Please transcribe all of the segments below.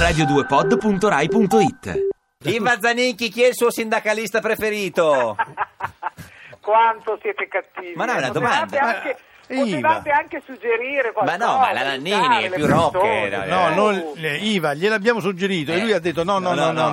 radio2pod.rai.it. Iva Zanicchi, chi è il suo sindacalista preferito? Quanto siete cattivi. Ma no, è una domanda. Potevate anche suggerire qualcosa. Ma no, ma la Nannini è più rocker. Iva, gliel'abbiamo suggerito e lui ha detto no.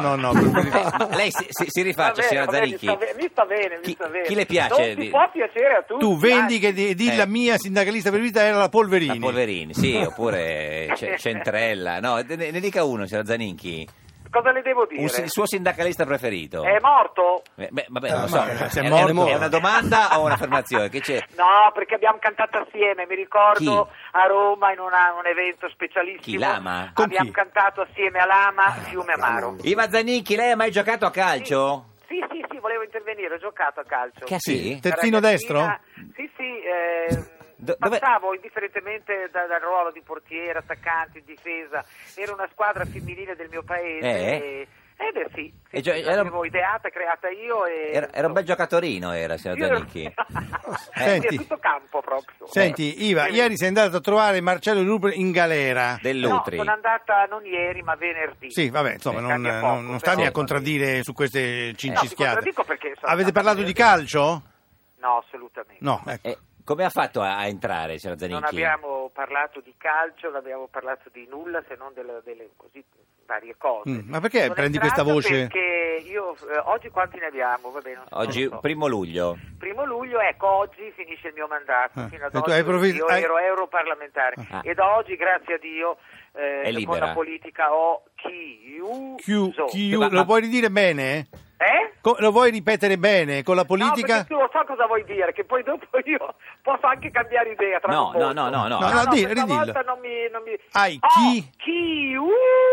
Lei si rifaccia, signora Zanicchi. Mi sta bene. Chi le piace? Non si può piacere a tutti. Tu vendi che la mia sindacalista preferita era la Polverini. La Polverini, sì, oppure Centrella. No, ne dica uno, signora Zanicchi. Cosa le devo dire? Il suo sindacalista preferito? È morto? Vabbè, non lo so. È morto. È una domanda o un'affermazione? Che c'è? No, perché abbiamo cantato assieme, mi ricordo, Chi? a Roma in un evento specialissimo. Chi, Lama? Abbiamo cantato assieme a Lama, Fiume Amaro. Iva Zanicchi, lei ha mai giocato a calcio? Sì, volevo intervenire, ho giocato a calcio. Che sì? Terzino destro? Sì, Dove... passavo indifferentemente dal ruolo di portiere, attaccante, in difesa. Era una squadra femminile del mio paese sì, l'avevo ideata, creata io Era un bel giocatorino, signor Zanicchi. Senti, tutto campo proprio. Senti, Iva, ieri sei andato a trovare Marcello Lutri in galera. Dell'Utri. No, sono andata non ieri, ma venerdì. Sì, vabbè, insomma, non stammi a contraddire su queste cincischiate. No, perché Avete parlato di calcio? No, assolutamente. No, ecco. Come ha fatto a entrare, signor Zanicchi? Non abbiamo parlato di calcio, non abbiamo parlato di nulla se non delle così varie cose. Ma perché prendi questa voce? Perché io oggi quanti ne abbiamo? Va bene, Oggi, so. 1 luglio. 1 luglio, ecco, oggi finisce il mio mandato. Fino ad E tu oggi io ero europarlamentare e da oggi, grazie a Dio, con la politica ho chiuso. Lo puoi ridire bene? Lo vuoi ripetere bene con la politica? No, perché tu lo so cosa vuoi dire, che poi dopo io posso anche cambiare idea tra un po'. No. Ridillo. Non mi... Hai chiuso.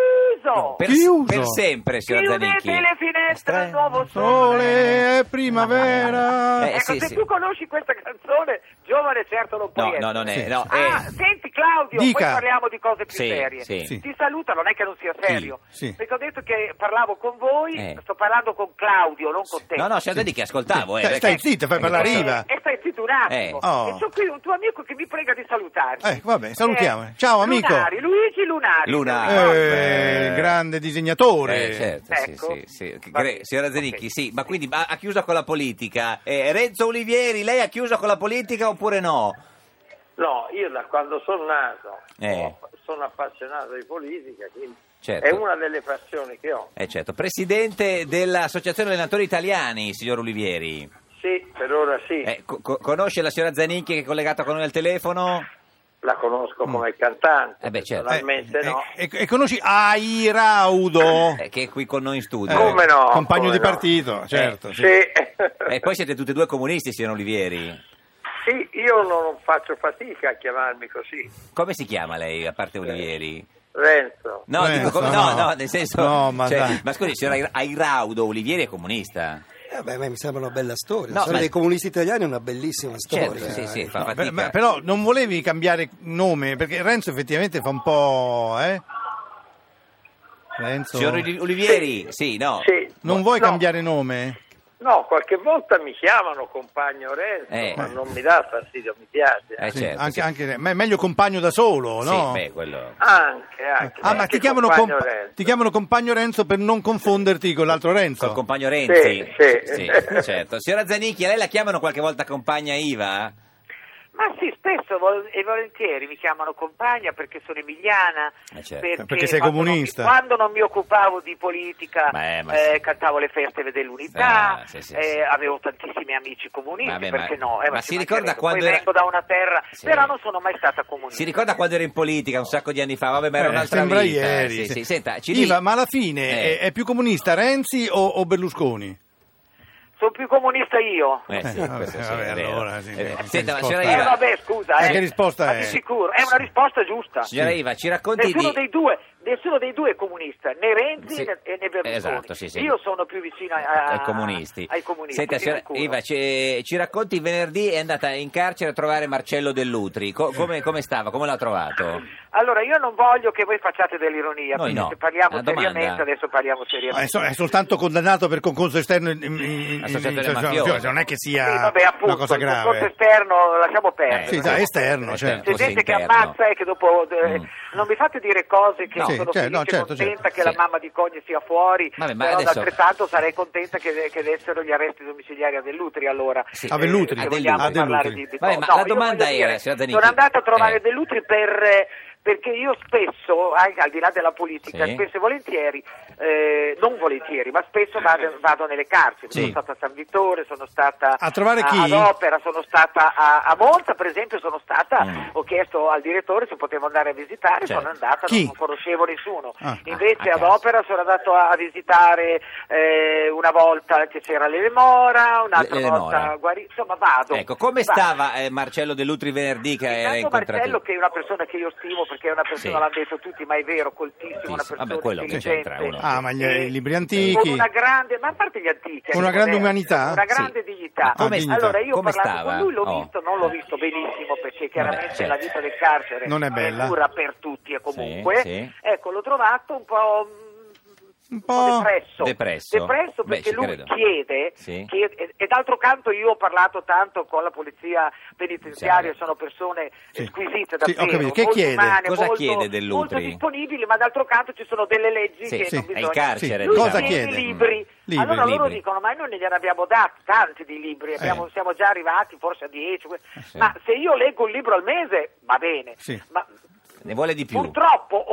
Per sempre, signor Zanicchi. Chiudete le finestre al nuovo Sole è primavera. Ecco, se tu conosci questa canzone, giovane certo non puoi essere. Non è. Senti Claudio, Dica. poi parliamo di cose più serie. Sì. Ti saluta, non è che non sia serio. Sì. Perché ho detto che parlavo con voi, sto parlando con Claudio, non con te. No, signor Zanicchi, ascoltavo. Stai zitto, fai parlare Iva. E stai zitto un attimo. E sono qui un tuo amico che mi prega di salutarti. Vabbè, salutiamo. Ciao amico. Luigi Lunari. Grande disegnatore. Certo, ecco. sì. Signora Zanicchi, sì, ma quindi ha chiuso con la politica. Renzo Olivieri, lei ha chiuso con la politica oppure no? No, io da quando sono nato sono appassionato di politica, quindi certo. È una delle passioni che ho. Certo. Presidente dell'Associazione Allenatori Italiani, signor Olivieri. Sì, per ora sì. Conosce la signora Zanicchi che è collegata con noi al telefono? La conosco come cantante, certo. personalmente no. E conosci Airaudo? Che è qui con noi in studio. Come no? Compagno di partito, certo. Sì. E poi siete tutti e due comunisti, signor Olivieri? Sì, io non faccio fatica a chiamarmi così. Come si chiama lei, a parte Olivieri? Renzo. No, nel senso... No, ma scusi, signor Airaudo, Olivieri è comunista? Mi sembra una bella storia. No, La storia dei comunisti italiani è una bellissima storia. Certo, sì, fa fatica. Però non volevi cambiare nome, perché Renzo effettivamente fa un po'... Renzo? Signor Olivieri, sì. Non vuoi cambiare nome? No, qualche volta mi chiamano compagno Renzo, ma non mi dà fastidio, mi piace. Certo, anche, ma è meglio compagno da solo, no? Sì, quello... Anche. Ma ti chiamano compagno Renzo per non confonderti con l'altro Renzo? Col compagno Renzi? Sì. Certo. Signora Zanicchi, lei la chiamano qualche volta compagna Iva? Ma sì, spesso e volentieri mi chiamano compagna perché sono emiliana, certo. Perché sei comunista. Quando non mi occupavo di politica cantavo le feste dell'unità, avevo tantissimi amici comunisti, perché no? Ma si ricorda quando poi vengo da una terra, però non sono mai stata comunista. Si ricorda quando era in politica un sacco di anni fa? Vabbè, ma era un'altra sembra vita. Ieri. Sì. Senta, Iva, ma alla fine è più comunista Renzi o Berlusconi? Sono più comunista io. Allora, senta, ma signora Iva... vabbè, scusa. Che risposta è? Sicuro, è una risposta giusta. Signora Iva, ci racconti Nessuno dei due è comunista, né Renzi né Berlusconi. Esatto, sì. Io sono più vicino ai comunisti. Senta, signora Iva, ci racconti, venerdì è andata in carcere a trovare Marcello Dell'Utri. Come stava? Come l'ha trovato? Allora, io non voglio che voi facciate dell'ironia, Noi perché no. se parliamo Una domanda. seriamente, adesso parliamo seriamente. È soltanto condannato per concorso esterno associazione mafiosa. Non è che sia appunto, una cosa grave. Il concorso esterno lasciamo perdere. Sì, esterno, certo. C'è gente che ammazza e che dopo... non mi fate dire cose che sono felice e contenta che la mamma di Cogni sia fuori, però adesso... altrettanto sarei contenta che dessero gli arresti domiciliari a Dell'Utri, allora. Sì. A Dell'Utri. Ma la domanda era, signora Zanicchi, sono andata a trovare Dell'Utri perché io spesso, al di là della politica, spesso e volentieri, non volentieri, ma spesso vado nelle carceri. Sono stata a San Vittore, sono stata a trovare chi? ad Opera, sono stata a Monza, per esempio, ho chiesto al direttore se potevo andare a visitare, sono andata, non conoscevo nessuno. Invece ad Opera sono andato a visitare una volta che c'era l'Elemora, un'altra volta insomma vado. Ecco, come stava Marcello Dell'Utri venerdì che era incontrato? Marcello, che è una persona che io stimo, perché è una persona, l'hanno detto tutti, ma è vero, coltissimo, una persona quello che c'entra uno. Ma i libri antichi, con una grande, ma a parte gli antichi, con una grande umanità, una grande dignità. Allora io ho parlato con lui, l'ho visto, non l'ho visto benissimo, perché chiaramente la vita del carcere non è bella, è dura per tutti, e comunque ecco, l'ho trovato un po' depresso perché lui chiede, e d'altro canto io ho parlato tanto con la polizia penitenziaria, sono persone squisite davvero, che chiede? Umane, cosa chiede Dell'Utri? Molto disponibili, ma d'altro canto ci sono delle leggi che non bisogna. Il carcere, lui cosa chiede? Libri. Allora loro dicono, ma noi ne gliene abbiamo dati tanti di libri, siamo già arrivati forse a 10, ma se io leggo un libro al mese va bene, ma ne vuole di più. Purtroppo,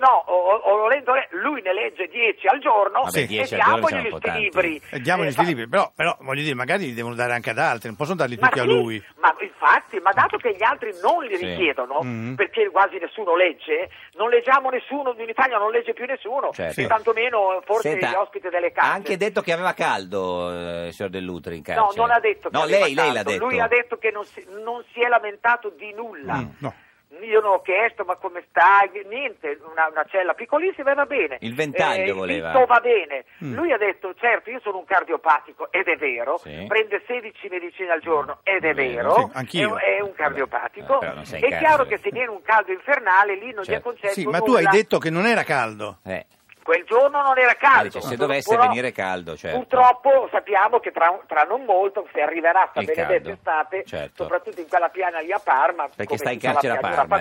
lui ne legge 10 al giorno, e diamogli questi libri. Diamogli questi libri, però voglio dire, magari li devono dare anche ad altri, non possono darli tutti a lui. Ma infatti, dato che gli altri non li richiedono, perché quasi nessuno legge, non leggiamo nessuno, in Italia non legge più nessuno, tantomeno forse gli ospiti delle case. Ha anche detto che aveva caldo, signor Dell'Utri, in carcere. No, non ha detto che aveva caldo. Lei l'ha detto. Lui ha detto che non si è lamentato di nulla. Io non ho chiesto, ma come stai? Niente, una cella piccolissima e va bene. Il ventaglio voleva. Il va bene. Lui ha detto, certo, io sono un cardiopatico, ed è vero, prende 16 medicine al giorno, ed è vero, anch'io. È un cardiopatico. È chiaro che se viene un caldo infernale, lì non gli è concesso nulla. Ma tu hai detto che non era caldo. Quel giorno non era caldo. Se dovesse venire caldo, purtroppo sappiamo che tra non molto, se arriverà sta benedetta estate, soprattutto in quella piana lì a Parma, perché sta in carcere a Parma.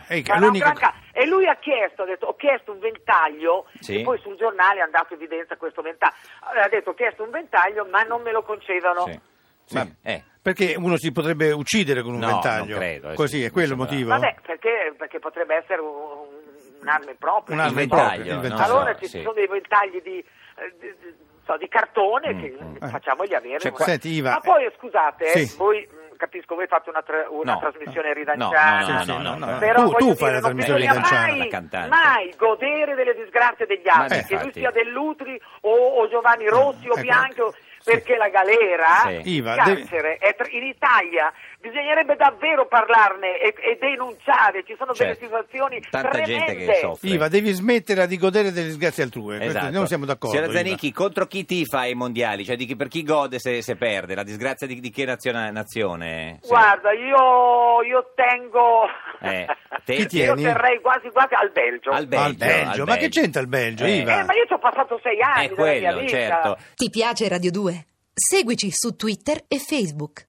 E lui ha chiesto, ho chiesto un ventaglio, e poi sul giornale è andato evidenza questo ventaglio. Ha detto, ho chiesto un ventaglio, ma non me lo concedono. Perché uno si potrebbe uccidere con un ventaglio. Non credo, così, è quello il motivo? Vabbè, perché potrebbe essere un'arma propria. Un ventaglio. Allora ci sono dei ventagli di cartone che facciamogli avere. Senti, Iva, ma poi scusate, voi capisco, voi fate una trasmissione ridanciana. No. Però tu fai la trasmissione ridanciana. Mai godere delle disgrazie degli altri, che lui sia Dell'Utri o Giovanni Rossi o Bianco. Perché la galera, il carcere, in Italia bisognerebbe davvero parlarne e denunciare, ci sono delle situazioni tanta tremende. gente che soffre. Iva, devi smettere di godere delle disgrazie altrui, non siamo d'accordo. Signora Zanicchi, contro chi tifa ai mondiali? Cioè per chi gode se perde? La disgrazia di che nazione? Guarda, io tengo... Chi tieni? Io terrei quasi al Belgio. Al Belgio. Ma che c'entra il Belgio, Iva? Ma io ci ho passato 6 anni della mia vita. Ti piace Radio 2? Seguici su Twitter e Facebook.